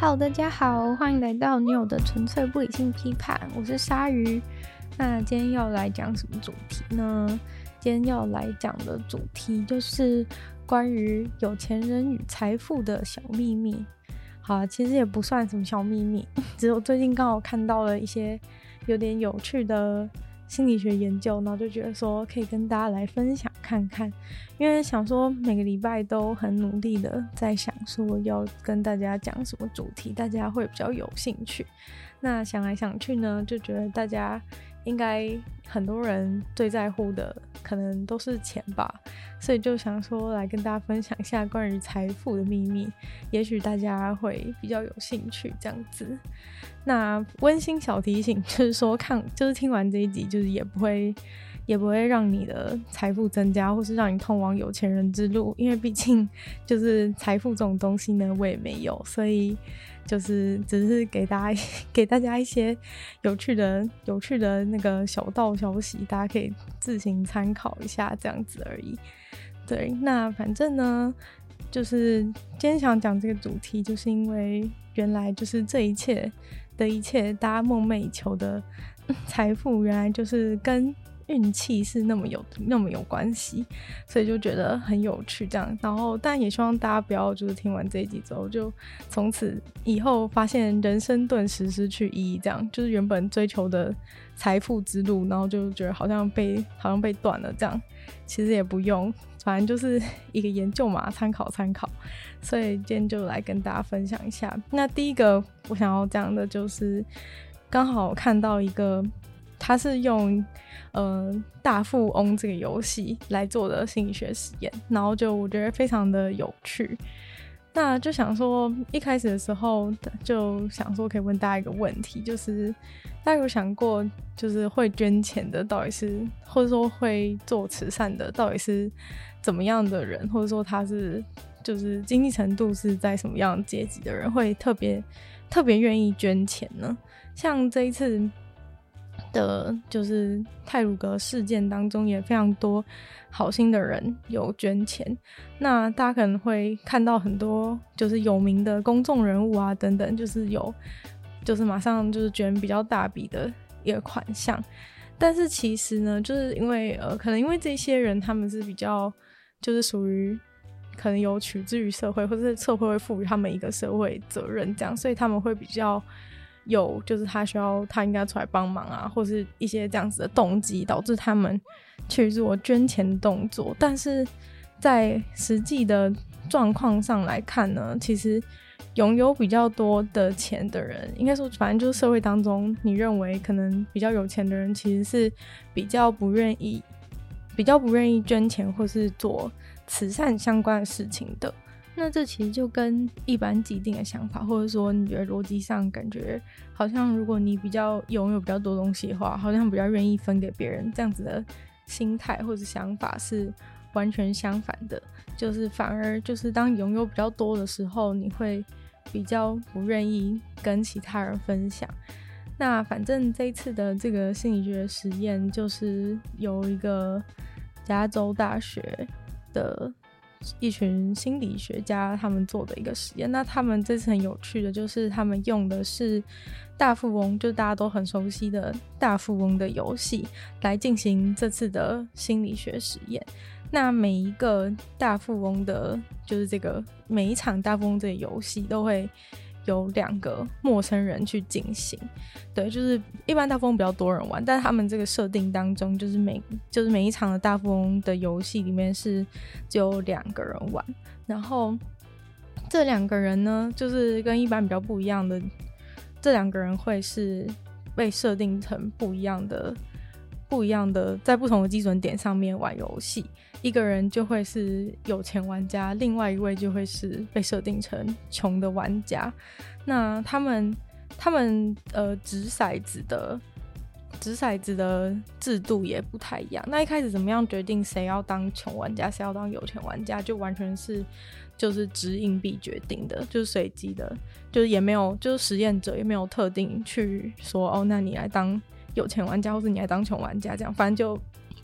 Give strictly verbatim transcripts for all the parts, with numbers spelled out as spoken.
Hello， 大家好，欢迎来到女友的纯粹不理性批判，我是鲨鱼。那今天要来讲什么主题呢？今天要来讲的主题就是关于有钱人与财富的小秘密。好啊，其实也不算什么小秘密，只是我最近刚好看到了一些有点有趣的心理学研究，然后就觉得说可以跟大家来分享看看，因为想说每个礼拜都很努力的在想说要跟大家讲什么主题大家会比较有兴趣。那想来想去呢，就觉得大家应该很多人最在乎的可能都是钱吧，所以就想说来跟大家分享一下关于财富的秘密，也许大家会比较有兴趣这样子。那温馨小提醒就是说看就是听完这一集就是也不会也不会让你的财富增加，或是让你通往有钱人之路，因为毕竟就是财富这种东西呢我也没有，所以就是只是给大家给大家一些有趣的有趣的那个小道消息，大家可以自行参考一下这样子而已。对，那反正呢就是今天想讲这个主题，就是因为原来就是这一切的一切大家梦寐以求的财富原来就是跟运气是那么有那么有关系，所以就觉得很有趣这样。然后但也希望大家不要就是听完这一集之后就从此以后发现人生顿时失去意义，这样就是原本追求的财富之路然后就觉得好像被好像被断了这样。其实也不用，反正就是一个研究嘛，参考参考。所以今天就来跟大家分享一下。那第一个我想要讲的就是刚好看到一个他是用呃大富翁这个游戏来做的心理学实验，然后就我觉得非常的有趣。那就想说一开始的时候就想说可以问大家一个问题，就是大家有想过就是会捐钱的到底是或者说会做慈善的到底是怎么样的人，或者说他是就是经济程度是在什么样的阶级的人会特别特别愿意捐钱呢？像这一次的就是太鲁阁事件当中也非常多好心的人有捐钱，那大家可能会看到很多就是有名的公众人物啊等等，就是有就是马上就是捐比较大笔的一个款项。但是其实呢就是因为呃可能因为这些人他们是比较就是属于可能有取之于社会，或者是社会会赋予他们一个社会责任这样，所以他们会比较有就是他需要他应该出来帮忙啊，或是一些这样子的动机导致他们去做捐钱的动作。但是在实际的状况上来看呢，其实拥有比较多的钱的人，应该说反正就是社会当中你认为可能比较有钱的人其实是比较不愿意比较不愿意捐钱或是做慈善相关的事情的。那这其实就跟一般既定的想法，或者说你觉得逻辑上感觉好像如果你比较拥有比较多东西的话，好像比较愿意分给别人，这样子的心态或者想法是完全相反的。就是反而就是当拥有比较多的时候，你会比较不愿意跟其他人分享。那反正这一次的这个心理学实验就是有一个加州大学的一群心理学家他们做的一个实验。那他们这次很有趣的就是他们用的是大富翁，就大家都很熟悉的大富翁的游戏来进行这次的心理学实验。那每一个大富翁的就是这个每一场大富翁这个游戏都会有两个陌生人去进行。对，就是一般大富翁比较多人玩，但他们这个设定当中就是每就是每一场的大富翁的游戏里面是只有两个人玩，然后这两个人呢就是跟一般比较不一样的，这两个人会是被设定成不一样的不一样的在不同的基准点上面玩游戏。一个人就会是有钱玩家，另外一位就会是被设定成穷的玩家。那他们他们呃掷骰子的掷骰子的制度也不太一样。那一开始怎么样决定谁要当穷玩家谁要当有钱玩家，就完全是就是掷硬币决定的，就是随机的，就是也没有就是实验者也没有特定去说哦那你来当有钱玩家或是你来当穷玩家这样，反正就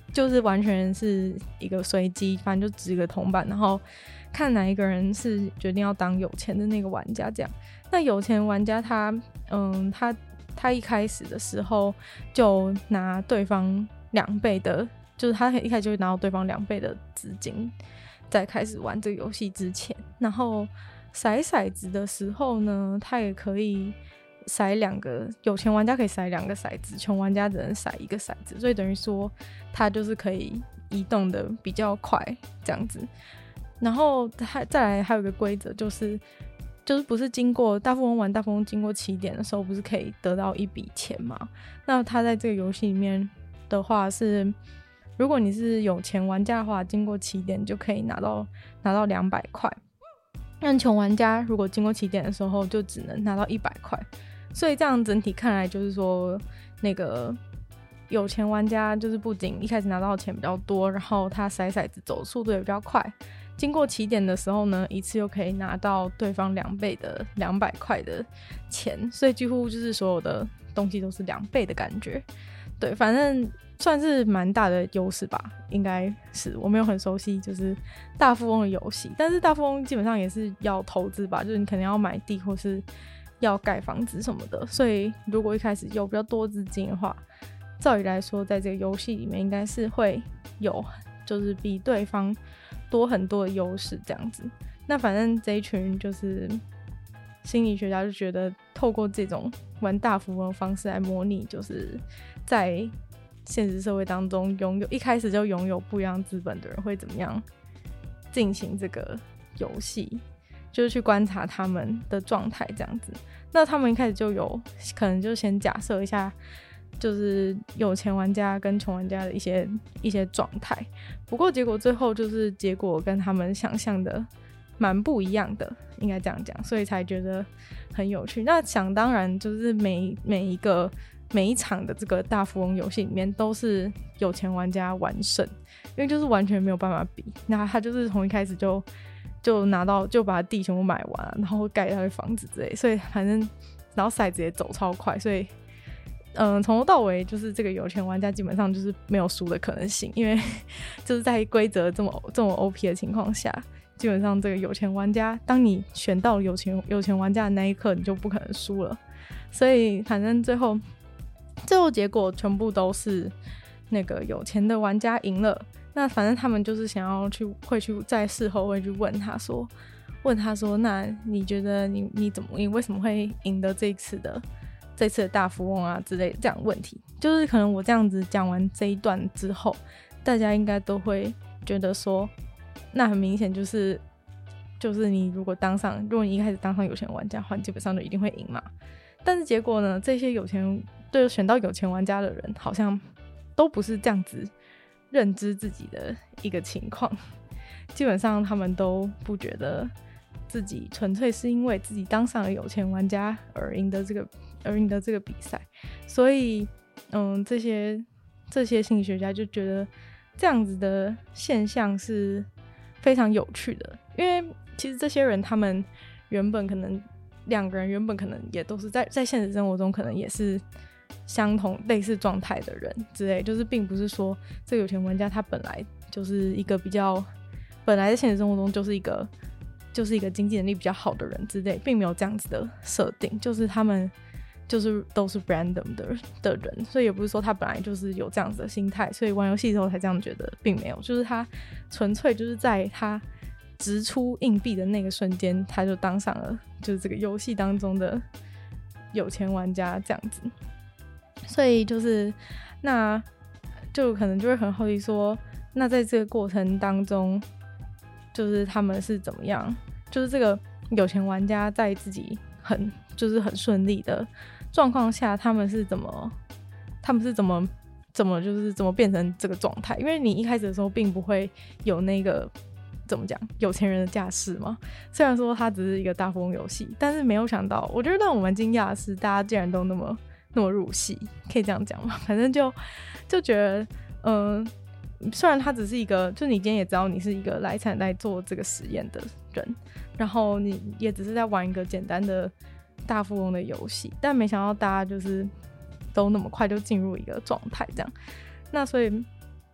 就是完全是一个随机，反正就指一个铜板，然后看哪一个人是决定要当有钱的那个玩家这样。那有钱玩家他嗯他他一开始的时候就拿对方两倍的，就是他一开始就会拿到对方两倍的资金在开始玩这个游戏之前，然后骰骰子的时候呢，他也可以骰两个，有钱玩家可以骰两个骰子，穷玩家只能骰一个骰子，所以等于说他就是可以移动的比较快这样子。然后还再来还有一个规则，就是就是不是经过大富翁玩大富翁经过起点的时候，不是可以得到一笔钱吗？那他在这个游戏里面的话是，如果你是有钱玩家的话，经过起点就可以拿到拿到两百块。但穷玩家如果经过起点的时候就只能拿到一百块，所以这样整体看来就是说，那个有钱玩家就是不仅一开始拿到的钱比较多，然后他骰骰子走的速度也比较快，经过起点的时候呢，一次又可以拿到对方两倍的两百块的钱，所以几乎就是所有的东西都是两倍的感觉。对，反正算是蛮大的优势吧，应该是。我没有很熟悉就是大富翁的游戏，但是大富翁基本上也是要投资吧，就是你可能要买地或是要盖房子什么的，所以如果一开始有比较多资金的话，照理来说在这个游戏里面应该是会有就是比对方多很多的优势这样子。那反正这一群就是心理学家就觉得透过这种玩大富翁的方式来模拟就是在现实社会当中拥有一开始就拥有不一样资本的人会怎么样进行这个游戏，就是去观察他们的状态这样子。那他们一开始就有可能就先假设一下就是有钱玩家跟穷玩家的一些一些状态，不过结果最后就是结果跟他们想象的蛮不一样的，应该这样讲，所以才觉得很有趣。那想当然就是每每一个每一场的这个大富翁游戏里面都是有钱玩家完胜，因为就是完全没有办法比，那他就是从一开始就就拿到就把地全部买完、啊、然后盖他的房子之类，所以反正然后骰子也走超快，所以嗯，从头到尾就是这个有钱玩家基本上就是没有输的可能性，因为就是在规则这么这么 O P 的情况下，基本上这个有钱玩家当你选到有钱有钱玩家的那一刻你就不可能输了，所以反正最后最后结果全部都是那个有钱的玩家赢了。那反正他们就是想要去会去在事后会去问他说问他说那你觉得你你怎么你为什么会赢得这一次的这次的大富翁啊之类的这样的问题，就是可能我这样子讲完这一段之后大家应该都会觉得说那很明显就是就是你如果当上如果你一开始当上有钱玩家的话你基本上就一定会赢嘛。但是结果呢这些有钱对选到有钱玩家的人好像都不是这样子认知自己的一个情况，基本上他们都不觉得自己纯粹是因为自己当上了有钱玩家而赢得这个而赢得这个比赛，所以嗯，这些这些心理学家就觉得这样子的现象是非常有趣的，因为其实这些人他们原本可能两个人原本可能也都是在在现实生活中可能也是相同类似状态的人之类，就是并不是说这个有钱玩家他本来就是一个比较本来在现实生活中就是一个就是一个经济能力比较好的人之类，并没有这样子的设定，就是他们就是都是 random 的, 的人，所以也不是说他本来就是有这样子的心态，所以玩游戏的时候才这样觉得，并没有，就是他纯粹就是在他掷出硬币的那个瞬间他就当上了就是这个游戏当中的有钱玩家这样子。所以就是那就可能就会很好奇说那在这个过程当中就是他们是怎么样，就是这个有钱玩家在自己很就是很顺利的状况下他们是怎么他们是怎么怎么就是怎么变成这个状态，因为你一开始的时候并不会有那个怎么讲有钱人的架势嘛，虽然说它只是一个大富翁游戏，但是没有想到我觉得让我们惊讶的是大家竟然都那么那么入戏，可以这样讲吗？反正就就觉得嗯、呃，虽然它只是一个就你今天也知道你是一个来参来做这个实验的人，然后你也只是在玩一个简单的大富翁的游戏，但没想到大家就是都那么快就进入一个状态这样。那所以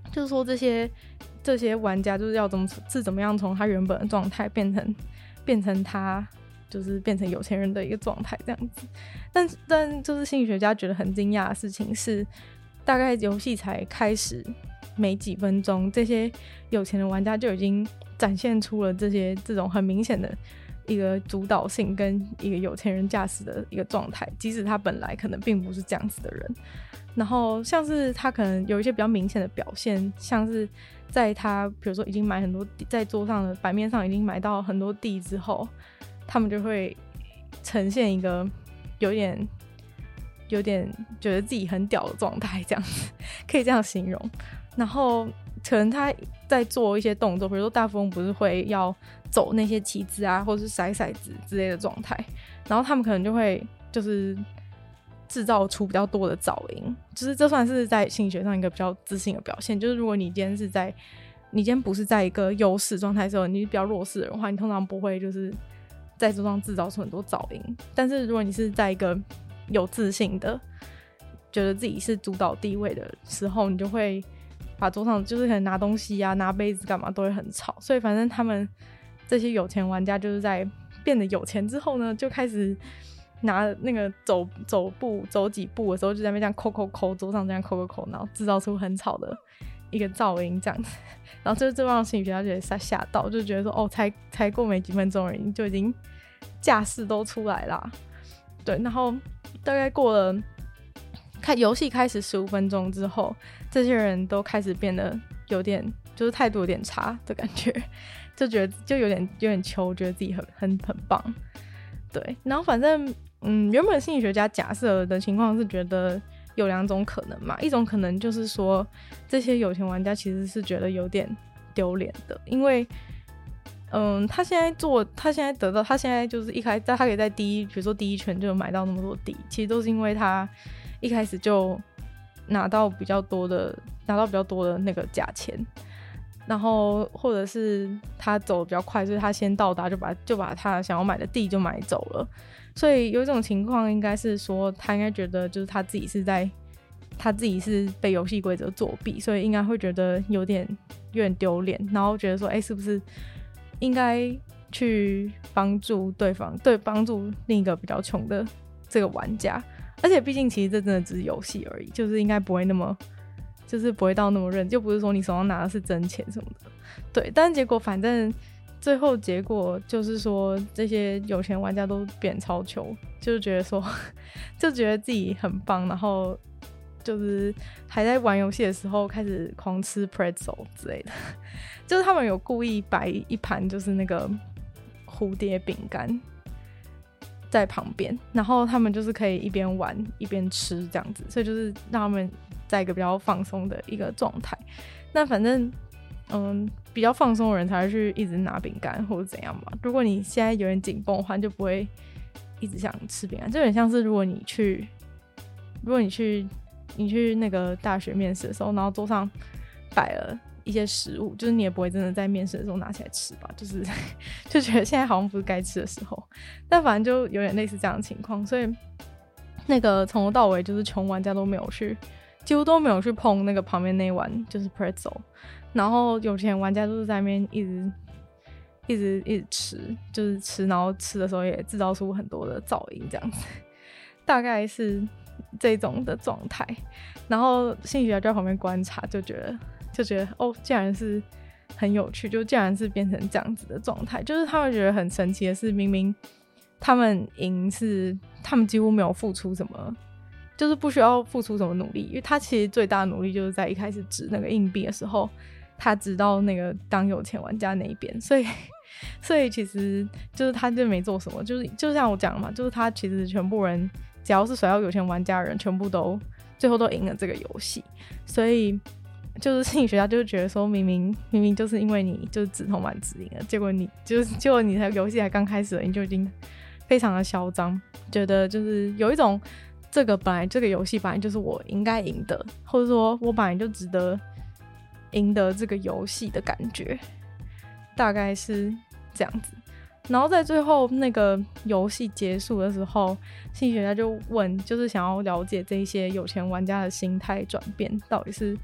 就是说这些这些玩家就是要怎么是怎么样从他原本的状态变成变成他就是变成有钱人的一个状态这样子。但但就是心理学家觉得很惊讶的事情是，大概游戏才开始没几分钟，这些有钱的玩家就已经展现出了这些这种很明显的一个主导性跟一个有钱人驾驶的一个状态，即使他本来可能并不是这样子的人。然后像是他可能有一些比较明显的表现，像是在他比如说已经买很多地，在桌上的版面上已经买到很多地之后，他们就会呈现一个有点有点觉得自己很屌的状态，这样子可以这样形容。然后可能他在做一些动作，比如说大富翁不是会要走那些棋子啊，或是骰骰子之类的状态，然后他们可能就会就是制造出比较多的噪音，就是这算是在心理学上一个比较自信的表现。就是如果你今天是在你今天不是在一个优势状态的时候，你是比较弱势的人的话，你通常不会就是在桌上制造出很多噪音。但是如果你是在一个有自信的觉得自己是主导地位的时候，你就会把桌上就是可能拿东西啊拿杯子干嘛都会很吵。所以反正他们这些有钱玩家就是在变得有钱之后呢，就开始拿那个走走步走几步的时候，就在那边这样抠抠抠，桌上这样抠抠抠，然后制造出很吵的一个噪音这样子。然后就这让心理学家觉得吓到，就觉得说哦，才才过没几分钟而已，就已经架势都出来啦。对，然后大概过了看游戏开始十五分钟之后，这些人都开始变得有点就是态度有点差的感觉，就觉得就有点有点糗，觉得自己很很很棒。对，然后反正嗯，原本心理学家假设的情况是觉得有两种可能嘛，一种可能就是说这些有钱玩家其实是觉得有点丢脸的，因为嗯，他现在做他现在得到他现在就是一开始他可以在第一比如说第一圈就买到那么多地，其实都是因为他一开始就拿到比较多的拿到比较多的那个价钱，然后或者是他走得比较快，所以他先到达就把就把他想要买的地就买走了。所以有一种情况应该是说他应该觉得就是他自己是在他自己是被游戏规则作弊，所以应该会觉得有点有点丢脸，然后觉得说哎、欸，是不是应该去帮助对方对帮助另一个比较穷的这个玩家。而且毕竟其实这真的只是游戏而已，就是应该不会那么就是不会到那么认，就不是说你手上拿的是真钱什么的。对，但结果反正最后结果就是说这些有钱玩家都变超穷，就是觉得说就觉得自己很棒，然后就是还在玩游戏的时候开始狂吃 pretzel 之类的，就是他们有故意摆一盘就是那个蝴蝶饼干在旁边，然后他们就是可以一边玩一边吃这样子，所以就是让他们在一个比较放松的一个状态。那反正嗯，比较放松的人才会去一直拿饼干或者怎样嘛。如果你现在有点紧绷的话，你就不会一直想吃饼干。就有点像是如果你去如果你去你去那个大学面试的时候，然后桌上摆了一些食物，就是你也不会真的在面试的时候拿起来吃吧，就是就觉得现在好像不是该吃的时候。但反正就有点类似这样的情况，所以那个从头到尾就是穷玩家都没有去几乎都没有去碰那个旁边那一碗就是 pretzel， 然后有钱玩家就是在那边一直一直一直吃，就是吃，然后吃的时候也制造出很多的噪音这样子，大概是这种的状态。然后心理学家就在旁边观察，就觉得就觉得哦，竟然是很有趣，就竟然是变成这样子的状态。就是他们觉得很神奇的是，明明他们赢是他们几乎没有付出什么，就是不需要付出什么努力，因为他其实最大的努力就是在一开始掷那个硬币的时候，他掷到那个当有钱玩家那一边，所以所以其实就是他就没做什么，就是就像我讲的嘛，就是他其实全部人只要是甩到有钱玩家的人，全部都最后都赢了这个游戏。所以就是心理学家就觉得说，明明明明就是因为你就是直通满直赢了，结果你就是结果你的游戏才刚开始了，你就已经非常的嚣张，觉得就是有一种这个本来这个游戏本来就是我应该赢的，或者说我本来就值得赢得这个游戏的感觉，大概是这样子。然后在最后那个游戏结束的时候，心理学家就问，就是想要了解这些有钱玩家的心态转变到底是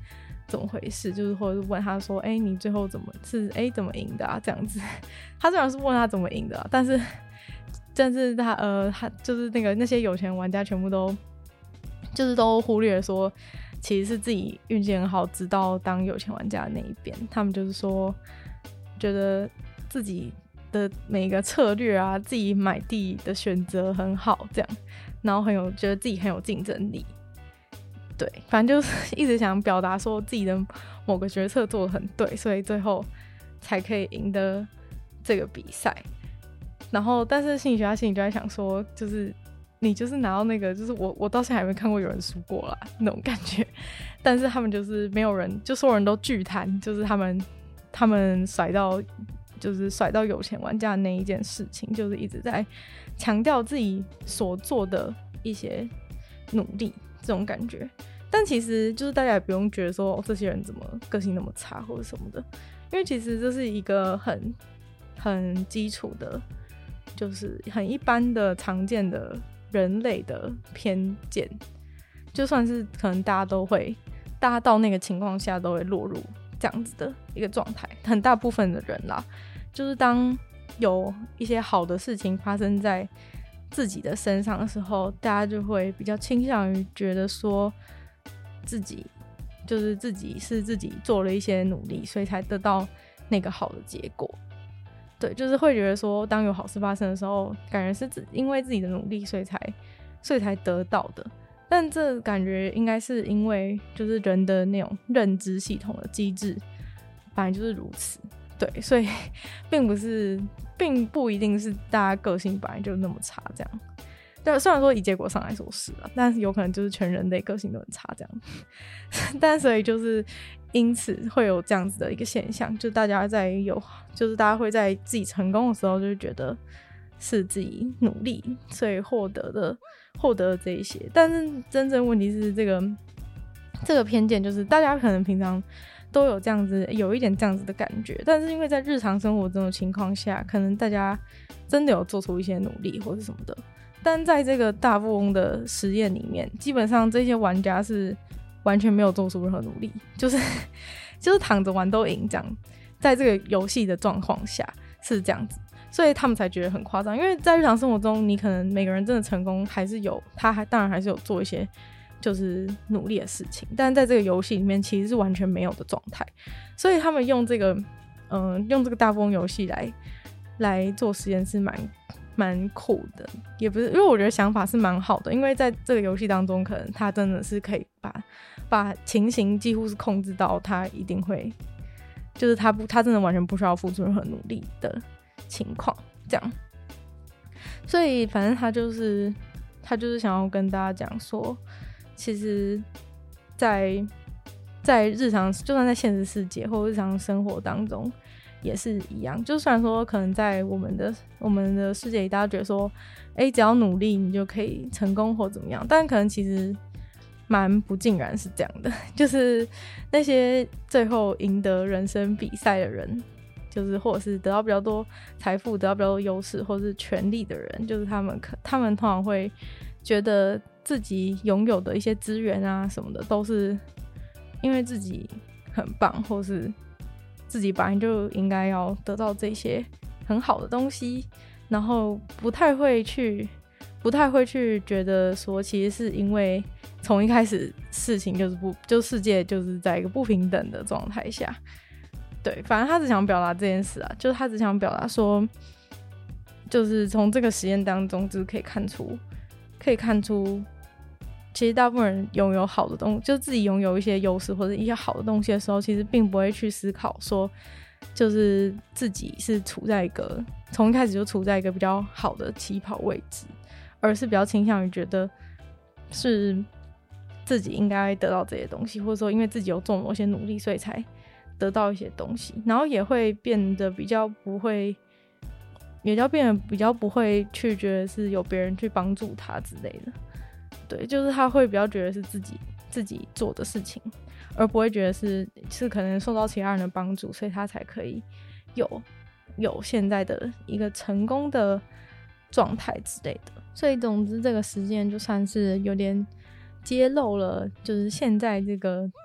怎么回事，就是或者是问他说，哎、欸，你最后怎么是哎、欸、怎么赢的啊？这样子，他虽然是问他怎么赢的、啊，但是但是他呃他就是那个那些有钱玩家全部都就是都忽略说，其实是自己运气很好，直到当有钱玩家的那一边，他们就是说觉得自己的每一个策略啊，自己买地的选择很好，这样，然后很有觉得自己很有竞争力。对，反正就是一直想表达说自己的某个决策做得很对，所以最后才可以赢得这个比赛。然后，但是心理学家心里就在想说，就是你就是拿到那个，就是我我到现在还没看过有人输过啦那种感觉。但是他们就是没有人，就所有人都拒谈，就是他们他们甩到就是甩到有钱玩家的那一件事情，就是一直在强调自己所做的一些努力。这种感觉，但其实就是大家也不用觉得说、哦、这些人怎么个性那么差或者什么的，因为其实这是一个很很基础的，就是很一般的常见的人类的偏见，就算是可能大家都会，大家到那个情况下都会落入这样子的一个状态，很大部分的人啦，就是当有一些好的事情发生在自己的身上的时候，大家就会比较倾向于觉得说自己就是自己是自己做了一些努力，所以才得到那个好的结果。对，就是会觉得说当有好事发生的时候，感觉是因为自己的努力所以才所以才得到的，但这感觉应该是因为就是人的那种认知系统的机制本来就是如此。对，所以并不是并不一定是大家个性本来就那么差这样。但虽然说以结果上来说是啊，但是有可能就是全人类个性都很差这样。但所以就是因此会有这样子的一个现象，就大家在有就是大家会在自己成功的时候就觉得是自己努力所以获得的获得的这一些，但是真正问题是这个这个偏见就是大家可能平常都有这样子有一点这样子的感觉，但是因为在日常生活中的情况下，可能大家真的有做出一些努力或是什么的，但在这个大富翁的实验里面，基本上这些玩家是完全没有做出任何努力，就是就是躺着玩都赢这样，在这个游戏的状况下是这样子，所以他们才觉得很夸张。因为在日常生活中，你可能每个人真的成功还是有，他还当然还是有做一些就是努力的事情，但在这个游戏里面其实是完全没有的状态，所以他们用这个嗯、呃、用这个大富翁游戏来来做实验是蛮蛮酷的，也不是，因为我觉得想法是蛮好的，因为在这个游戏当中，可能他真的是可以把把情形几乎是控制到他一定会，就是他不他真的完全不需要付出任何努力的情况，这样。所以反正他就是他就是想要跟大家讲说，其实在在日常就算在现实世界或日常生活当中也是一样，就虽然说可能在我们的我们的世界里大家觉得说哎，只要努力你就可以成功或怎么样，但可能其实蛮不尽然是这样的，就是那些最后赢得人生比赛的人，就是或者是得到比较多财富得到比较多优势或是权力的人，就是他们可他们通常会觉得自己拥有的一些资源啊什么的都是因为自己很棒，或是自己本来就应该要得到这些很好的东西，然后不太会去不太会去觉得说其实是因为从一开始事情就是不就世界就是在一个不平等的状态下。对，反正他只想表达这件事啊，就是他只想表达说就是从这个实验当中就是可以看出可以看出其实大部分人拥有好的东西，就自己拥有一些优势或者一些好的东西的时候，其实并不会去思考说就是自己是处在一个从一开始就处在一个比较好的起跑位置，而是比较倾向于觉得是自己应该得到这些东西，或者说因为自己有做某些努力所以才得到一些东西，然后也会变得比较不会也要变得比较不会去觉得是有别人去帮助他之类的。对，就是他会比较觉得是自己自己做的事情，而不会觉得是是可能受到其他人的帮助，所以他才可以有有现在的一个成功的状态之类的。所以总之这个实践就算是有点揭露了就是现在这个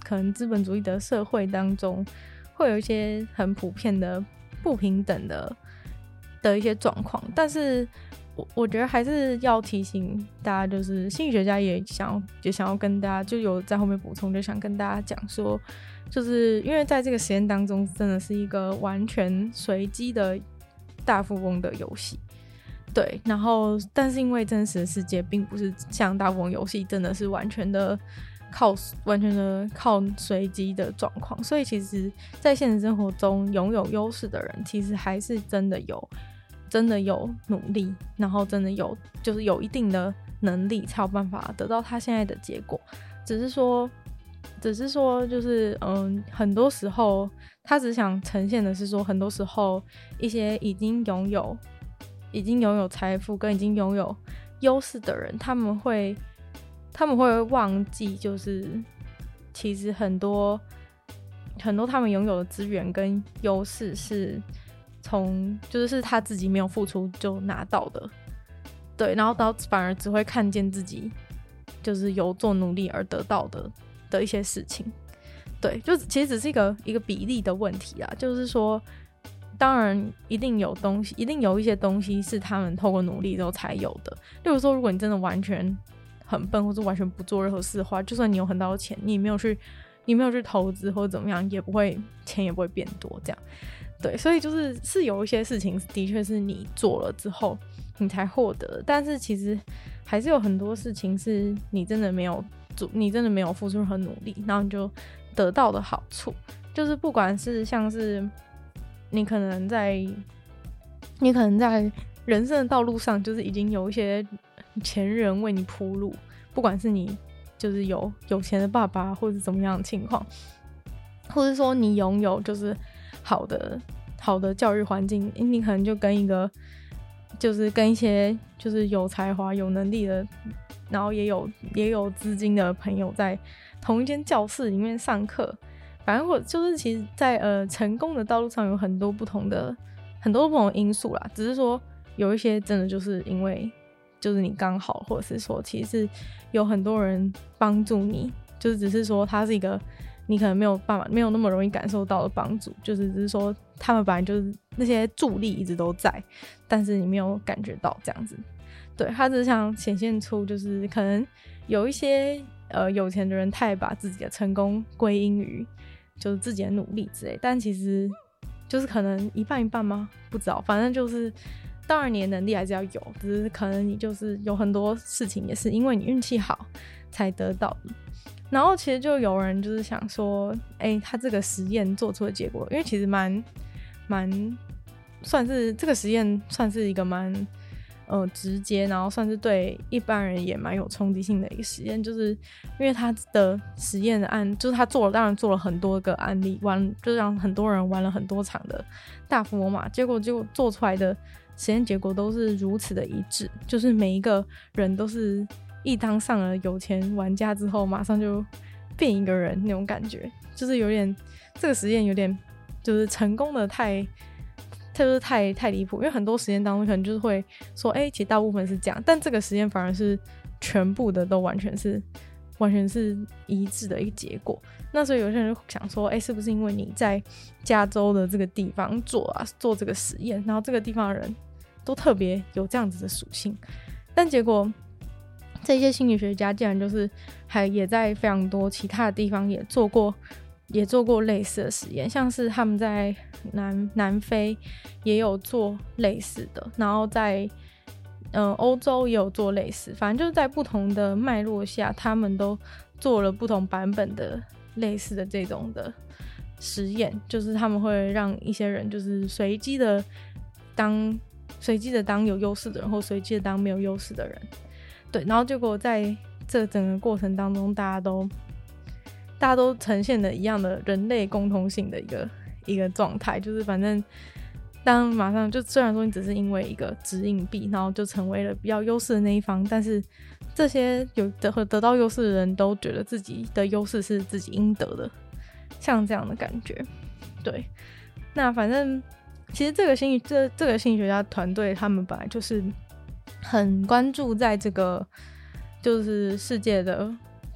可能资本主义的社会当中会有一些很普遍的不平等的的一些状况，但是我我觉得还是要提醒大家，就是心理学家也想要也想要跟大家就有在后面补充，就想跟大家讲说，就是因为在这个实验当中真的是一个完全随机的大富翁的游戏，对，然后但是因为真实的世界并不是像大富翁游戏真的是完全的靠完全的靠随机的状况，所以其实在现实生活中拥有优势的人其实还是真的有真的有努力，然后真的有就是有一定的能力才有办法得到他现在的结果，只是说只是说就是嗯，很多时候他只想呈现的是说，很多时候一些已经拥有已经拥有财富跟已经拥有优势的人，他们会他们会忘记，就是其实很多很多他们拥有的资源跟优势是从就是是他自己没有付出就拿到的，对，然后到反而只会看见自己就是有做努力而得到的的一些事情，对，就其实只是一个一个比例的问题啦，就是说当然一定有东西一定有一些东西是他们透过努力之后才有的，例如说如果你真的完全很笨或者完全不做任何事的话，就算你有很多钱，你没有去你没有去投资或者怎么样，也不会钱也不会变多这样，对，所以就是是有一些事情的确是你做了之后你才获得，但是其实还是有很多事情是你真的没有做，你真的没有付出任何努力，然后你就得到的好处，就是不管是像是你可能在你可能在人生的道路上就是已经有一些前人为你铺路，不管是你就是有有钱的爸爸或是怎么样的情况，或者说你拥有就是好的好的教育环境，你可能就跟一个就是跟一些就是有才华有能力的，然后也有也有资金的朋友在同一间教室里面上课，反正我就是其实在呃成功的道路上有很多不同的很多不同的因素啦，只是说有一些真的就是因为就是你刚好，或者是说其实是有很多人帮助你，就是只是说它是一个你可能没有办法没有那么容易感受到的帮助，就是只是说他们本来就是那些助力一直都在，但是你没有感觉到这样子，对，他只想显现出就是可能有一些呃有钱的人太把自己的成功归因于就是自己的努力之类，但其实就是可能一半一半吗？不知道，反正就是当然你的能力还是要有，只是可能你就是有很多事情也是因为你运气好才得到的。然后其实就有人就是想说，哎，他这个实验做出的结果，因为其实蛮蛮算是这个实验算是一个蛮呃直接，然后算是对一般人也蛮有冲击性的一个实验，就是因为他的实验的案，就是他做了，当然做了很多个案例，玩就让很多人玩了很多场的大富翁嘛，结果结果做出来的实验结果都是如此的一致，就是每一个人都是一当上了有钱玩家之后马上就变一个人那种感觉，就是有点这个实验有点就是成功的太就是太太离谱，因为很多实验当中可能就是会说哎、欸，其实大部分是这样，但这个实验反而是全部的都完全是完全是一致的一个结果。那所以有些人就想说哎、欸，是不是因为你在加州的这个地方做啊做这个实验，然后这个地方的人都特别有这样子的属性，但结果这些心理学家竟然就是还也在非常多其他的地方也做过也做过类似的实验，像是他们在南南非也有做类似的，然后在嗯欧洲也有做类似，反正就是在不同的脉络下他们都做了不同版本的类似的这种的实验，就是他们会让一些人就是随机的当随机的当有优势的人或随机的当没有优势的人，对，然后结果在这整个过程当中大家都大家都呈现了一样的人类共通性的一个一个状态，就是反正当马上就虽然说你只是因为一个掷硬币然后就成为了比较优势的那一方，但是这些有得得到优势的人都觉得自己的优势是自己应得的，像这样的感觉。对，那反正其实这个心理这这个心理学家团队他们本来就是很关注在这个就是世界的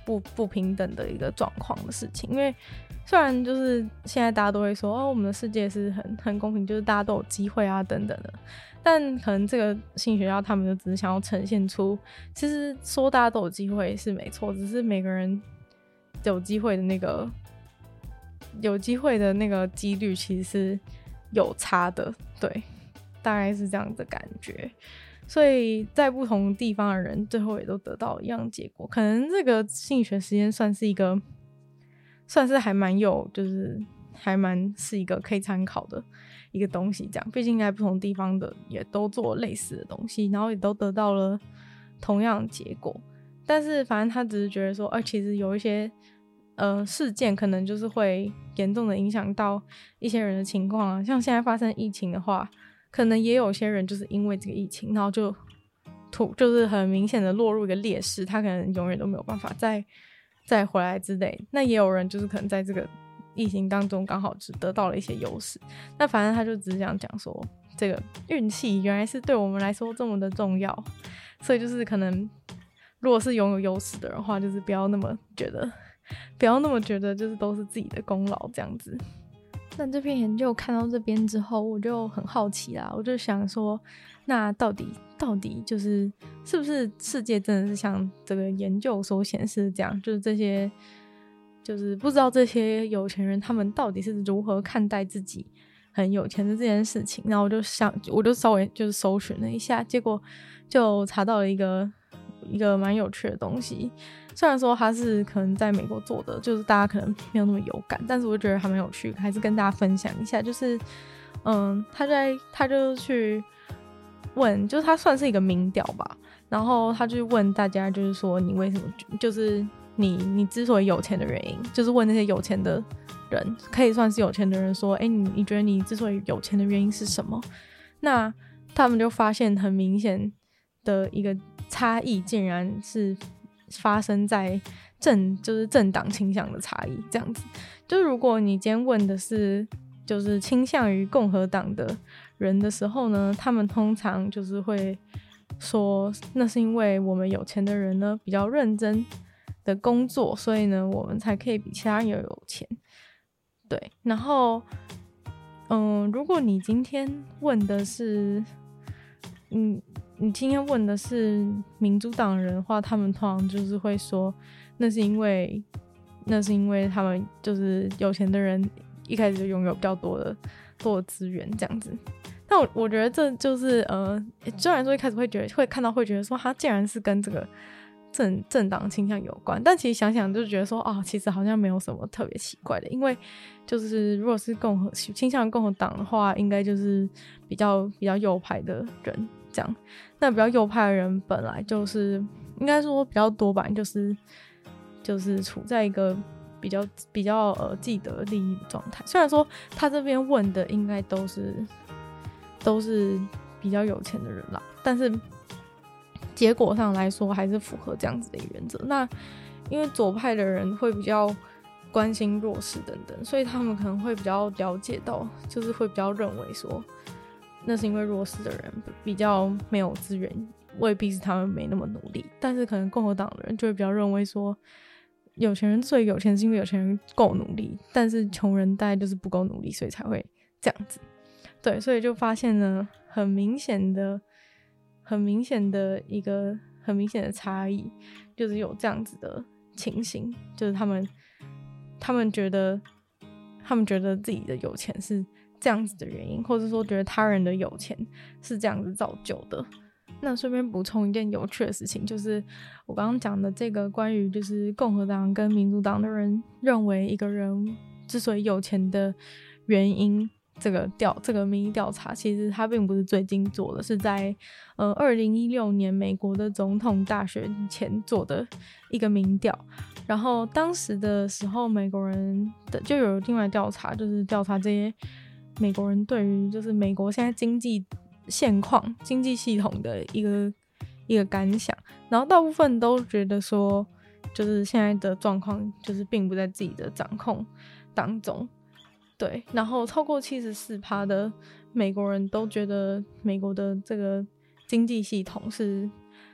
不不平等的一个状况的事情。因为虽然就是现在大家都会说哦，我们的世界是很很公平，就是大家都有机会啊等等的，但可能这个心理学家他们就只是想要呈现出，其实说大家都有机会是没错，只是每个人有机会的那个有机会的那个几率其实是有差的，对，大概是这样的感觉。所以在不同地方的人最后也都得到一样的结果。可能这个心理学实验算是一个算是还蛮有就是还蛮是一个可以参考的一个东西，这样毕竟在不同地方的也都做类似的东西，然后也都得到了同样的结果。但是反正他只是觉得说啊，其实有一些呃事件可能就是会严重的影响到一些人的情况啊，像现在发生疫情的话，可能也有些人就是因为这个疫情，然后就突就是很明显的落入一个劣势，他可能永远都没有办法再再回来之类。那也有人就是可能在这个疫情当中刚好只得到了一些优势。那反正他就只是这样讲说，这个运气原来是对我们来说这么的重要，所以就是可能如果是拥有优势的人的话，就是不要那么觉得不要那么觉得就是都是自己的功劳这样子。那这篇研究看到这边之后，我就很好奇啦，我就想说，那到底到底就是是不是世界真的是像这个研究所显示的这样，就是这些就是不知道这些有钱人他们到底是如何看待自己很有钱的这件事情。然后我就想我就稍微就是搜寻了一下，结果就查到了一个一个蛮有趣的东西。虽然说它是可能在美国做的，就是大家可能没有那么有感，但是我觉得还蛮有趣，还是跟大家分享一下。就是嗯，他在他就去问，就是他算是一个民调吧，然后他就问大家，就是说你为什么就是你你之所以有钱的原因，就是问那些有钱的人，可以算是有钱的人说，哎，你你觉得你之所以有钱的原因是什么？那他们就发现很明显的一个差异，竟然是发生在政就是政党倾向的差异。这样子，就是如果你今天问的是就是倾向于共和党的人的时候呢，他们通常就是会说，那是因为我们有钱的人呢比较认真的工作，所以呢我们才可以比其他人有钱。对，然后嗯，如果你今天问的是嗯你今天问的是民主党人的话，他们通常就是会说，那是因为那是因为他们就是有钱的人一开始就拥有比较多的多的资源这样子。但我我觉得这就是呃，虽然说一开始会觉得会看到会觉得说，它竟然是跟这个政政党倾向有关，但其实想想就觉得说啊，其实好像没有什么特别奇怪的，因为就是如果是共和倾向共和党的话，应该就是比较比较右派的人这样。那比较右派的人本来就是应该说比较多吧，就是就是处在一个比较比较呃既得利益的状态。虽然说他这边问的应该都是都是比较有钱的人啦，但是结果上来说还是符合这样子的一个原则。那因为左派的人会比较关心弱势等等，所以他们可能会比较了解到，就是会比较认为说，那是因为弱势的人比较没有资源，未必是他们没那么努力。但是可能共和党的人就会比较认为说，有钱人最有钱是因为有钱人够努力，但是穷人大概就是不够努力，所以才会这样子。对，所以就发现呢，很明显的很明显的一个很明显的差异，就是有这样子的情形，就是他们他们觉得他们觉得自己的有钱是这样子的原因，或者说觉得他人的有钱是这样子造就的。那顺便补充一件有趣的事情，就是我刚刚讲的这个关于就是共和党跟民主党的人认为一个人之所以有钱的原因，这个调这个民意调查其实它并不是最近做的，是在呃二零一六年美国的总统大选前做的一个民调。然后当时的时候，美国人的就有另外调查，就是调查这些美国人对于就是美国现在经济现况、经济系统的一个一个感想。然后大部分都觉得说，就是现在的状况就是并不在自己的掌控当中。对，然后超过 百分之七十四 的美国人都觉得美国的这个经济系统是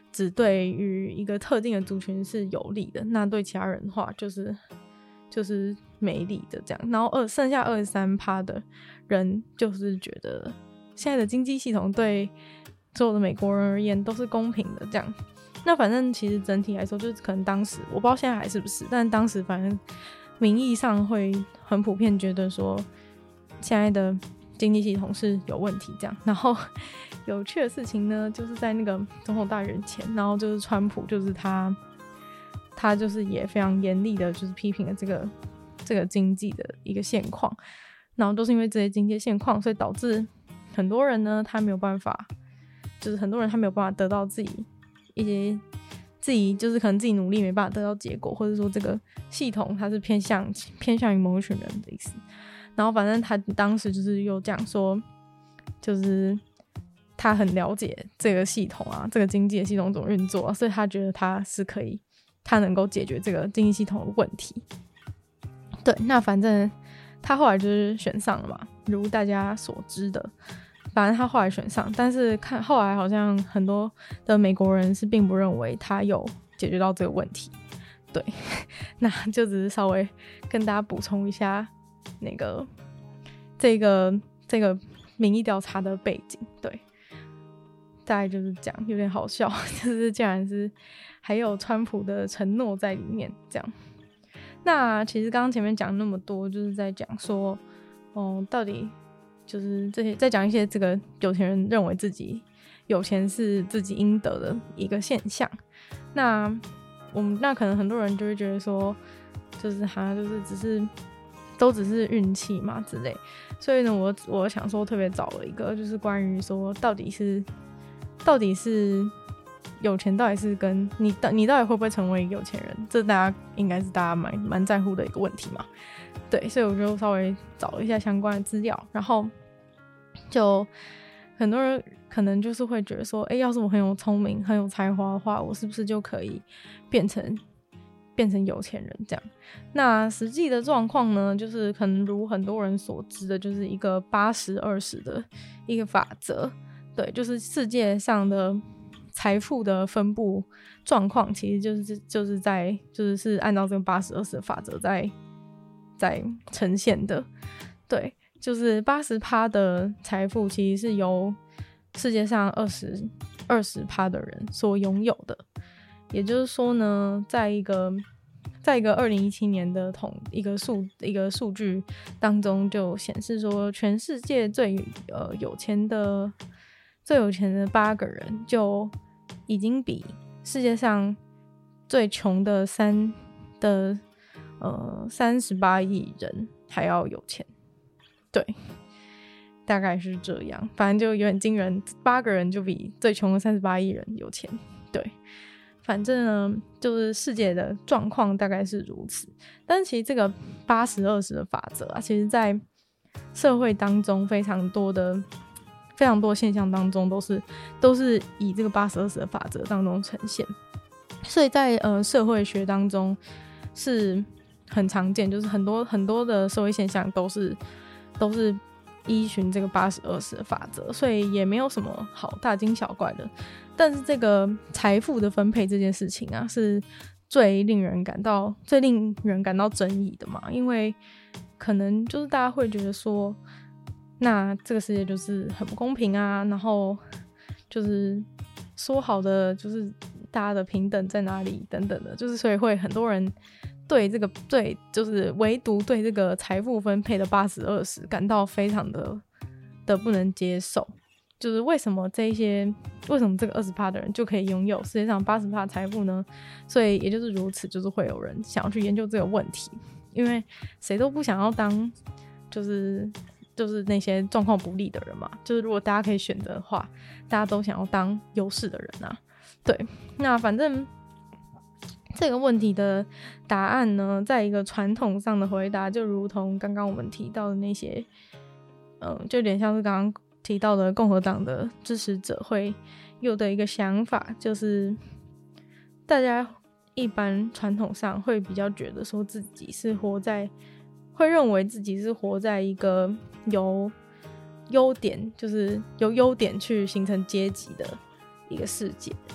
只对于一个特定的族群是有利的，那对其他人的话就是就是没利的这样。然后二剩下二十三趴的人就是觉得现在的经济系统对所有的美国人而言都是公平的这样。那反正其实整体来说，就是可能当时我不知道现在还是不是，但当时反正名义上会很普遍觉得说现在的经济系统是有问题这样。然后有趣的事情呢，就是在那个总统大选前，然后就是川普就是他他就是也非常严厉的就是批评了这个这个经济的一个现况，然后都是因为这些经济现况，所以导致很多人呢他没有办法，就是很多人他没有办法得到自己一些自己就是可能自己努力没办法得到结果，或者说这个系统它是偏向偏向于某一群人的意思。然后反正他当时就是又讲说，就是他很了解这个系统啊，这个经济的系统怎么运作啊，所以他觉得他是可以，他能够解决这个经济系统的问题。对，那反正他后来就是选上了嘛，如大家所知的，反正他后来选上，但是看后来好像很多的美国人是并不认为他有解决到这个问题。对，那就只是稍微跟大家补充一下那个这个这个民意调查的背景。对，大概就是这样，有点好笑，就是竟然是还有川普的承诺在里面这样。那其实刚刚前面讲那么多，就是在讲说，哦，到底就是这些，在讲一些这个有钱人认为自己有钱是自己应得的一个现象。那我们那可能很多人就会觉得说，就是哈，就是只是都只是运气嘛之类。所以呢，我我想说特别找了一个，就是关于说到底是到底是有钱到底是跟你你到底会不会成为有钱人，这大家应该是大家蛮蛮在乎的一个问题嘛。对，所以我就稍微找了一下相关的资料，然后就很多人可能就是会觉得说，哎，要是我很有聪明很有才华的话，我是不是就可以变成变成有钱人这样。那实际的状况呢，就是可能如很多人所知的，就是一个八十二十的一个法则。对，就是世界上的财富的分布状况，其实就是就是在就是是按照这个八十二十的法则在在呈现的。对，就是八十趴的财富其实是由世界上二十二十趴的人所拥有的。也就是说呢，在一个在一个二零一七年的统一个数一个数据当中，就显示说，全世界最呃有钱的最有钱的八个人，就已经比世界上最穷的三的呃三十八亿人还要有钱。对，大概是这样，反正就有点惊人，八个人就比最穷的三十八亿人有钱。对。反正呢，就是世界的状况大概是如此。但是其实这个八十二十的法则啊，其实在社会当中非常多的非常多现象当中，都是都是以这个八十二十的法则当中呈现。所以在呃社会学当中是很常见，就是很多很多的社会现象都是都是依循这个八十二十的法则，所以也没有什么好大惊小怪的。但是这个财富的分配这件事情啊，是最令人感到最令人感到争议的嘛，因为可能就是大家会觉得说，那这个世界就是很不公平啊，然后就是说好的就是大家的平等在哪里等等的，就是所以会很多人对这个对就是唯独对这个财富分配的八十二十感到非常的的不能接受。就是为什么这一些为什么这个 百分之二十 的人就可以拥有世界上 百分之八十 财富呢？所以也就是如此，就是会有人想要去研究这个问题，因为谁都不想要当就是就是那些状况不利的人嘛。就是如果大家可以选择的话，大家都想要当优势的人啊。对，那反正这个问题的答案呢，在一个传统上的回答，就如同刚刚我们提到的那些，嗯，就有点像是刚刚提到的共和党的支持者会有的一个想法，就是大家一般传统上会比较觉得说自己是活在，会认为自己是活在一个由优点，就是由优点去形成阶级的一个世界。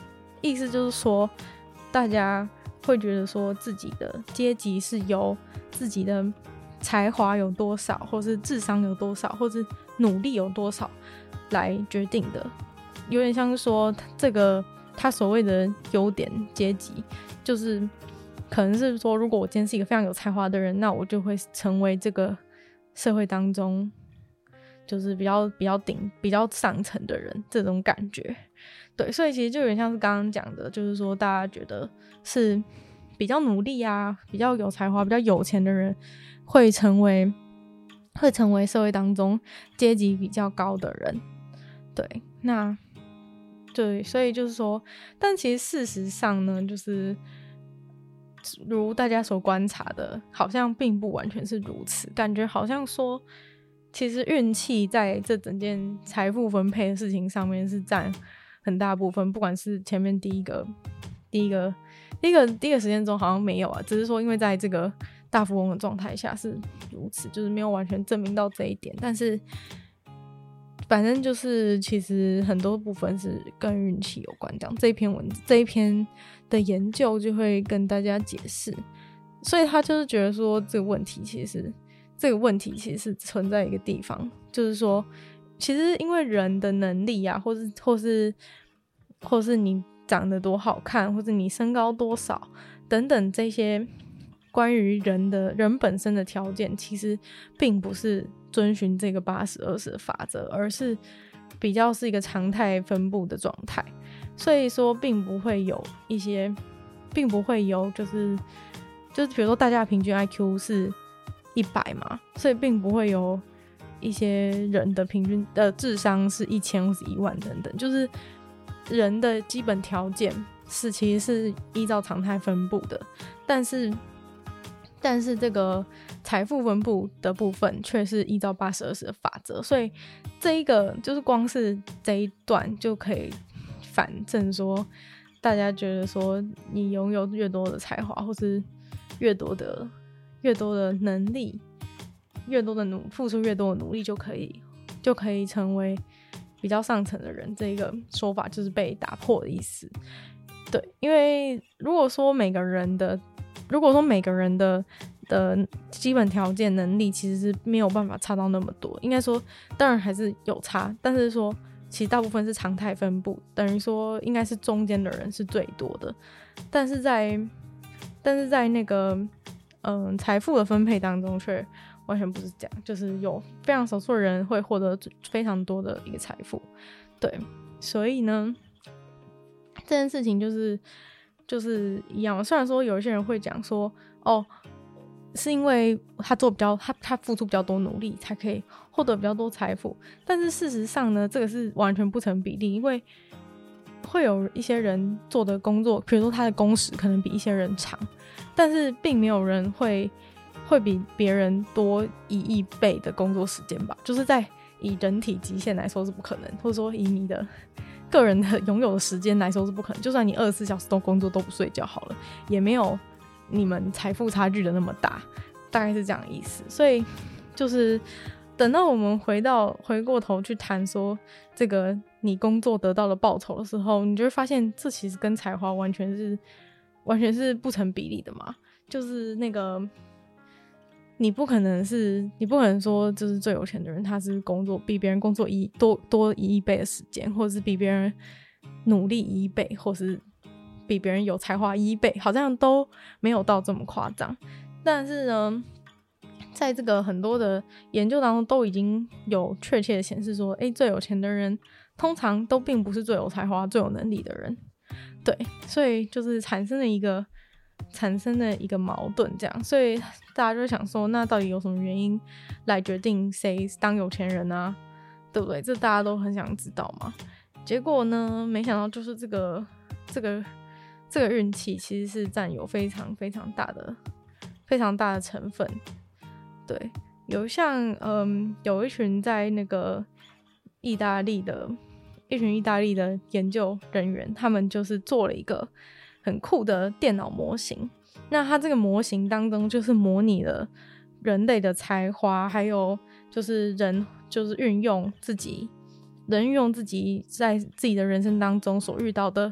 意思就是说，大家会觉得说自己的阶级是由自己的才华有多少，或是智商有多少，或是努力有多少来决定的，有点像是说这个他所谓的优点阶级，就是可能是说，如果我今天是一个非常有才华的人，那我就会成为这个社会当中就是比较比较顶比较上层的人，这种感觉。对，所以其实就有点像是刚刚讲的，就是说大家觉得是比较努力啊，比较有才华，比较有钱的人会成为会成为社会当中阶级比较高的人。对，那对，所以就是说，但其实事实上呢，就是如大家所观察的，好像并不完全是如此，感觉好像说其实运气在这整件财富分配的事情上面是占很大部分，不管是前面第一个第一个第一个第一个时间中好像没有啊，只是说因为在这个大富翁的状态下是如此，就是没有完全证明到这一点，但是反正就是其实很多部分是跟运气有关，这样这一篇文字这一篇的研究就会跟大家解释，所以他就是觉得说这个问题其实这个问题其实是存在一个地方，就是说其实因为人的能力啊，或是或是或是你长得多好看，或是你身高多少等等这些关于人的人本身的条件，其实并不是遵循这个八十二十的法则，而是比较是一个常态分布的状态，所以说并不会有一些并不会有就是就是比如说大家的平均 I Q 是一百嘛，所以并不会有一些人的平均的智商是一千或是一万等等，就是人的基本条件是其实是依照常态分布的，但是但是这个财富分布的部分却是依照八十二十的法则，所以这一个就是光是这一段就可以反证说，大家觉得说你拥有越多的才华，或是越多的越多的能力，越多的努付出越多的努力就可以就可以成为比较上层的人，这个说法就是被打破的意思。对，因为如果说每个人的如果说每个人的的基本条件能力其实是没有办法差到那么多，应该说当然还是有差，但是说其实大部分是常态分布，等于说应该是中间的人是最多的，但是在但是在那个嗯财富的分配当中却完全不是这样，就是有非常少数的人会获得非常多的一个财富。对，所以呢这件事情就是就是一样，虽然说有一些人会讲说哦是因为他做比较他他付出比较多努力才可以获得比较多财富，但是事实上呢这个是完全不成比例，因为会有一些人做的工作，比如说他的工时可能比一些人长，但是并没有人会会比别人多一亿倍的工作时间吧，就是在以人体极限来说是不可能，或者说以你的个人的拥有的时间来说是不可能，就算你二十四小时都工作都不睡觉好了，也没有你们财富差距的那么大，大概是这样的意思。所以就是等到我们回到回过头去谈说这个你工作得到的报酬的时候，你就会发现这其实跟才华完全是完全是不成比例的嘛，就是那个你不可能是你不可能说就是最有钱的人他是工作比别人工作一多多一亿倍的时间，或者是比别人努力一倍，或是比别人有才华一倍，好像都没有到这么夸张。但是呢在这个很多的研究当中都已经有确切的显示说，诶，最有钱的人通常都并不是最有才华最有能力的人。对，所以就是产生了一个产生了一个矛盾这样，所以大家就想说那到底有什么原因来决定谁当有钱人啊，对不对？这大家都很想知道嘛。结果呢没想到就是这个这个这个运气其实是占有非常非常大的非常大的成分。对，有像嗯有一群在那个意大利的一群意大利的研究人员，他们就是做了一个很酷的电脑模型，那它这个模型当中就是模拟了人类的才华，还有就是人就是运用自己人运用自己在自己的人生当中所遇到的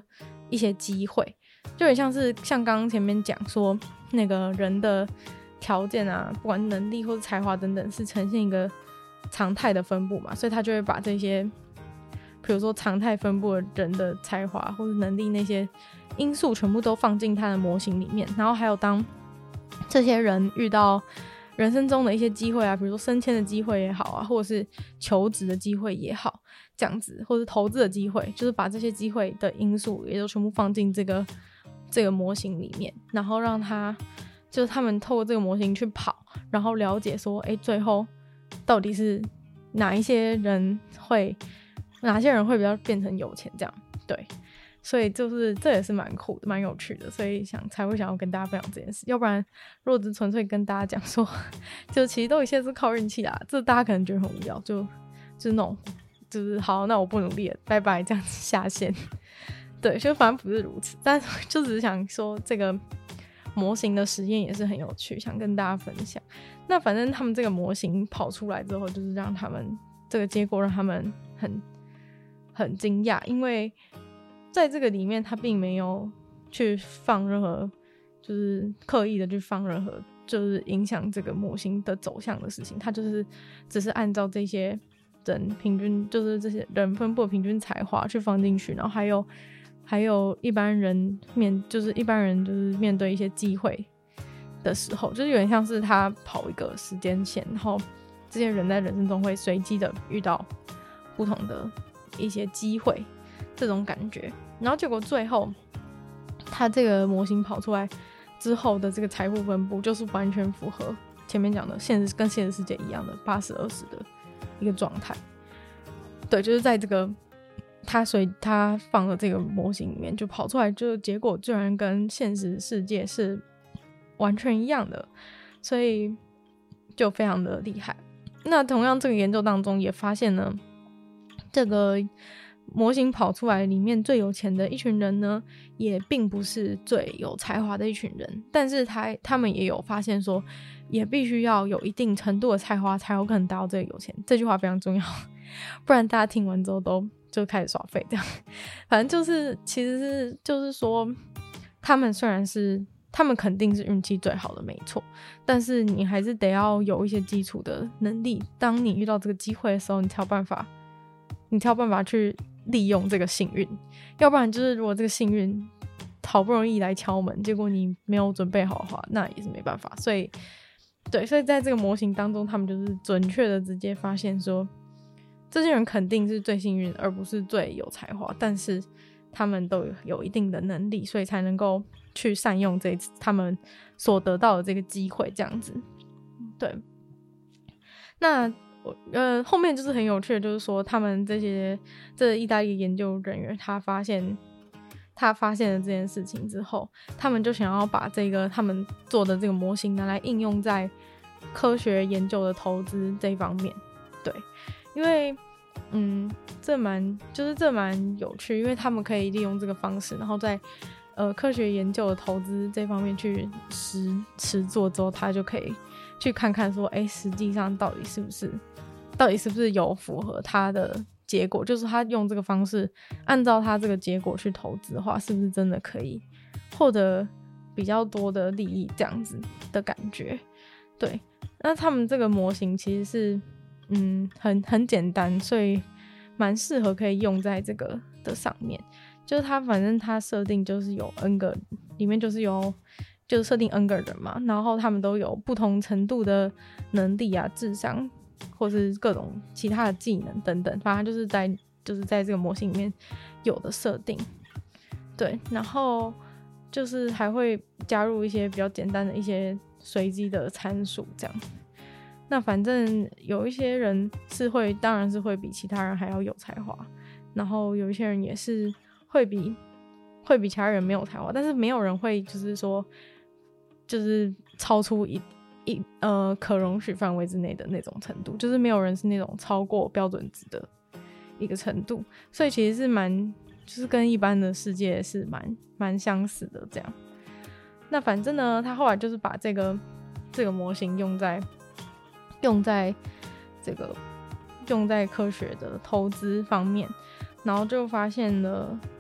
一些机会，就很像是像刚刚前面讲说那个人的条件啊，不管能力或者才华等等是呈现一个常态的分布嘛，所以他就会把这些比如说常态分布的人的才华或者能力那些因素全部都放进他的模型里面，然后还有当这些人遇到人生中的一些机会啊，比如说升迁的机会也好啊，或者是求职的机会也好，这样子，或者投资的机会，就是把这些机会的因素也都全部放进这个这个模型里面，然后让他就是他们透过这个模型去跑，然后了解说哎，最后到底是哪一些人会哪些人会比较变成有钱这样。对，所以就是这也是蛮酷的蛮有趣的，所以想才会想要跟大家分享这件事，要不然如果只纯粹跟大家讲说就其实都一切是靠运气啦，这大家可能觉得很无聊，就就是那种就是好那我不努力了拜拜这样子下线。对，就反正不是如此，但就只是想说这个模型的实验也是很有趣，想跟大家分享。那反正他们这个模型跑出来之后，就是让他们这个结果让他们很很惊讶，因为在这个里面他并没有去放任何就是刻意的去放任何就是影响这个模型的走向的事情，他就是只是按照这些人平均就是这些人分布的平均才华去放进去，然后还有还有一般人面就是一般人就是面对一些机会的时候，就是有点像是他跑一个时间线，然后这些人在人生中会随机的遇到不同的一些机会这种感觉，然后结果最后他这个模型跑出来之后的这个财富分布就是完全符合前面讲的现实跟现实世界一样的八十二十的一个状态。对，就是在这个他随他放的这个模型里面就跑出来，就结果居然跟现实世界是完全一样的，所以就非常的厉害。那同样这个研究当中也发现呢，这个模型跑出来里面最有钱的一群人呢，也并不是最有才华的一群人，但是他他们也有发现说也必须要有一定程度的才华才有可能达到这个有钱，这句话非常重要，不然大家听完之后都就开始耍废这样。反正就是其实是就是说他们虽然是他们肯定是运气最好的没错，但是你还是得要有一些基础的能力，当你遇到这个机会的时候你才有办法你才有办法去利用这个幸运，要不然就是如果这个幸运好不容易来敲门，结果你没有准备好的话，那也是没办法。所以对，所以在这个模型当中他们就是准确的直接发现说这些人肯定是最幸运而不是最有才华，但是他们都有有一定的能力，所以才能够去善用这他们所得到的这个机会这样子。对，那呃，后面就是很有趣的，就是说他们这些这意大利研究人员他发现他发现了这件事情之后，他们就想要把这个他们做的这个模型拿来应用在科学研究的投资这一方面。对，因为嗯，这蛮就是这蛮有趣，因为他们可以利用这个方式，然后在呃科学研究的投资这方面去实实做之后，他就可以去看看说，哎，实际上到底是不是到底是不是有符合他的结果，就是他用这个方式按照他这个结果去投资的话，是不是真的可以获得比较多的利益这样子的感觉。对，那他们这个模型其实是嗯很很简单，所以蛮适合可以用在这个的上面。就是它反正它设定就是有 N 个，里面就是有就是设定 N 个人嘛，然后他们都有不同程度的能力啊、智商或是各种其他的技能等等，反正就是在就是在这个模型里面有的设定。对，然后就是还会加入一些比较简单的一些随机的参数这样。那反正有一些人是会当然是会比其他人还要有才华，然后有一些人也是会比会比其他人没有才华，但是没有人会就是说就是超出一一呃可容许范围之内的那种程度，就是没有人是那种超过标准值的一个程度，所以其实是蛮就是跟一般的世界是蛮蛮相似的这样。那反正呢，他后来就是把这个这个模型用在用在这个用在科学的投资方面，然后就发现了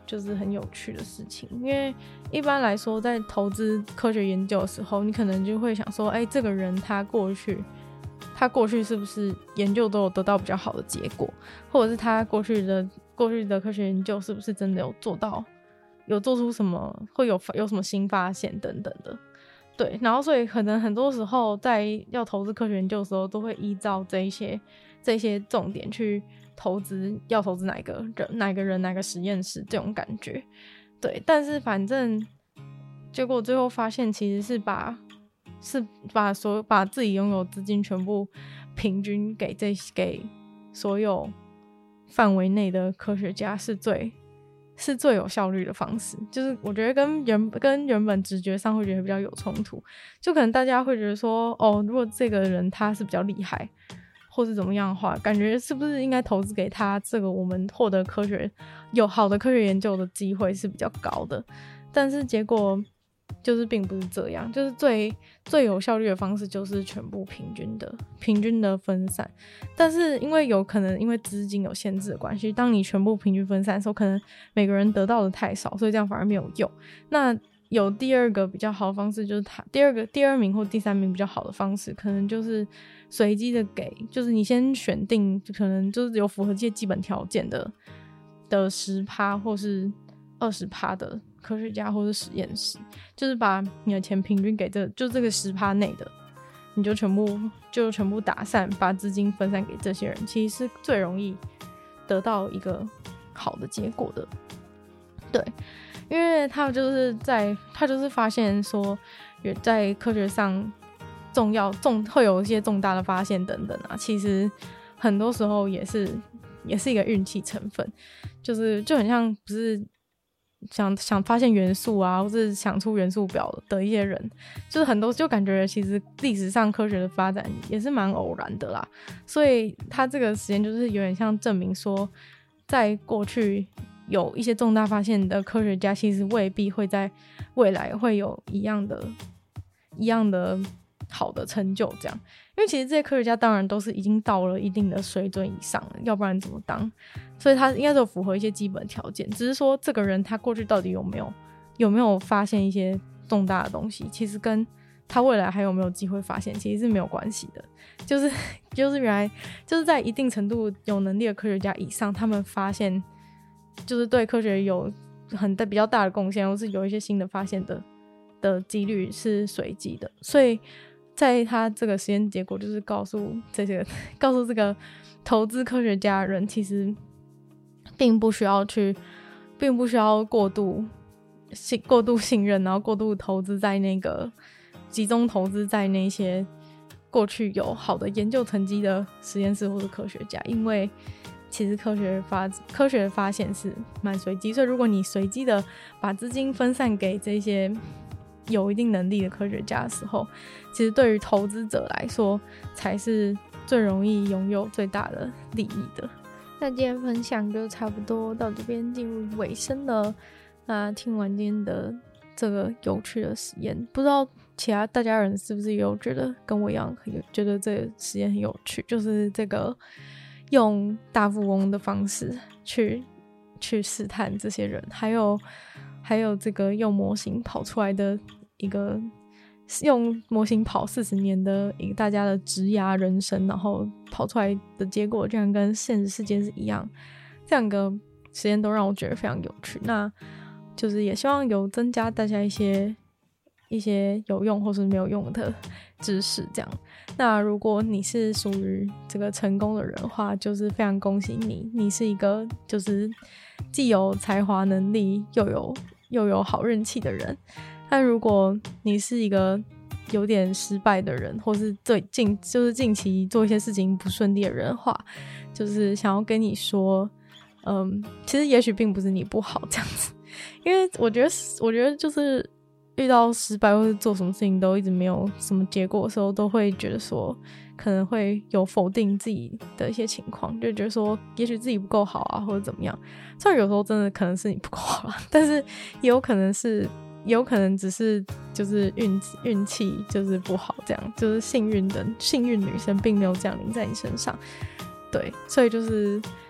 就是很有趣的事情。因为一般来说在投资科学研究的时候，你可能就会想说，哎、欸，这个人他过去他过去是不是研究都有得到比较好的结果，或者是他过去的过去的科学研究是不是真的有做到有做出什么，会有有什么新发现等等的。对，然后所以可能很多时候在要投资科学研究的时候，都会依照这一些这一些重点去投资，要投资哪个人哪个人哪个实验室这种感觉。对，但是反正结果最后发现其实是把是把所把自己拥有资金全部平均给这给所有范围内的科学家是最是最有效率的方式。就是我觉得跟原跟原本直觉上会觉得比较有冲突，就可能大家会觉得说，哦，如果这个人他是比较厉害或是怎么样的话，感觉是不是应该投资给他，这个我们获得科学有好的科学研究的机会是比较高的。但是结果就是并不是这样，就是最最有效率的方式就是全部平均的平均的分散。但是因为有可能因为资金有限制的关系，当你全部平均分散的时候，可能每个人得到的太少，所以这样反而没有用。那有第二个比较好的方式，就是他第二个第二名或第三名比较好的方式，可能就是随机的给，就是你先选定可能就是有符合这些基本条件的的 百分之十 或是 百分之二十 的科学家或是实验室，就是把你的钱平均给这就这个 百分之十 内的，你就全部就全部打散，把资金分散给这些人，其实是最容易得到一个好的结果的。对，因为他就是在他就是发现说，在科学上重要重会有一些重大的发现等等啊，其实很多时候也是也是一个运气成分，就是就很像不是想想发现元素啊，或是想出元素表的一些人，就是很多就感觉其实历史上科学的发展也是蛮偶然的啦。所以他这个实验就是有点像证明说，在过去有一些重大发现的科学家，其实未必会在未来会有一样的一样的好的成就这样。因为其实这些科学家当然都是已经到了一定的水准以上了，要不然怎么当？所以他应该都符合一些基本条件，只是说这个人他过去到底有没有有没有发现一些重大的东西，其实跟他未来还有没有机会发现其实是没有关系的。就是就是原来就是在一定程度有能力的科学家以上，他们发现就是对科学有很大比较大的贡献，或是有一些新的发现的的几率是随机的。所以在他这个实验结果就是告诉这些告诉这个投资科学家的人，其实并不需要去并不需要过度信过度信任，然后过度投资在那个集中投资在那些过去有好的研究成绩的实验室或是科学家。因为其实科学发科学的发现是蛮随机，所以如果你随机的把资金分散给这些有一定能力的科学家的时候，其实对于投资者来说才是最容易拥有最大的利益的。那今天分享就差不多到这边进入尾声了。那听完今天的这个有趣的实验，不知道其他大家人是不是也有觉得跟我一样觉得这个实验很有趣，就是这个用大富翁的方式去去试探这些人，还有还有这个用模型跑出来的一个用模型跑四十年的一个大家的职涯人生，然后跑出来的结果居然跟现实世界是一样，这两个实验都让我觉得非常有趣。那就是也希望有增加大家一些一些有用或是没有用的知识这样。那如果你是属于这个成功的人的话，就是非常恭喜你，你是一个就是既有才华能力又有又有好运气的人。但如果你是一个有点失败的人，或是最近就是近期做一些事情不顺利的人的话，就是想要跟你说嗯，其实也许并不是你不好这样子。因为我觉得我觉得就是遇到失败或是做什么事情都一直没有什么结果的时候，都会觉得说可能会有否定自己的一些情况，就觉得说也许自己不够好啊，或者怎么样。虽然有时候真的可能是你不够好啦，但是也有可能是也有可能只是就是运运气就是不好，这样就是幸运的幸运女生并没有降临在你身上。对，所以就是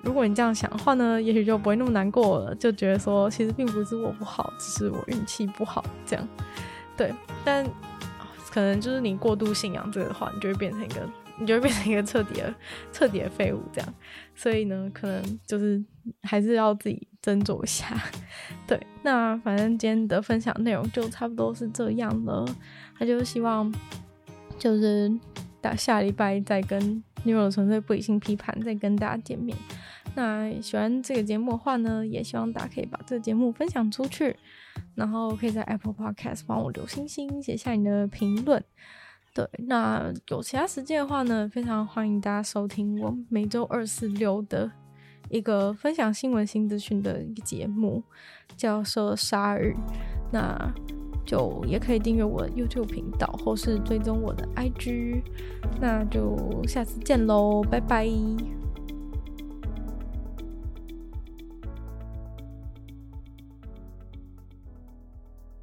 如果你这样想的话呢，也许就不会那么难过了，就觉得说其实并不是我不好，只是我运气不好这样。对，但可能就是你过度信仰这个的话，你就会变成一个你就会变成一个彻底的彻底的废物这样。所以呢，可能就是还是要自己斟酌一下。对，那反正今天的分享内容就差不多是这样了。那就希望就是打下礼拜再跟女友的纯粹不理性批判再跟大家见面。那喜欢这个节目的话呢，也希望大家可以把这个节目分享出去，然后可以在 Apple Podcast 帮我留星星，写下你的评论。对，那有其他时间的话呢，非常欢迎大家收听我每周二四六的一个分享新闻新资讯的一个节目，叫做鲨鱼。那就也可以订阅我的 YouTube 频道，或是追踪我的 I G。那就下次见咯，拜拜。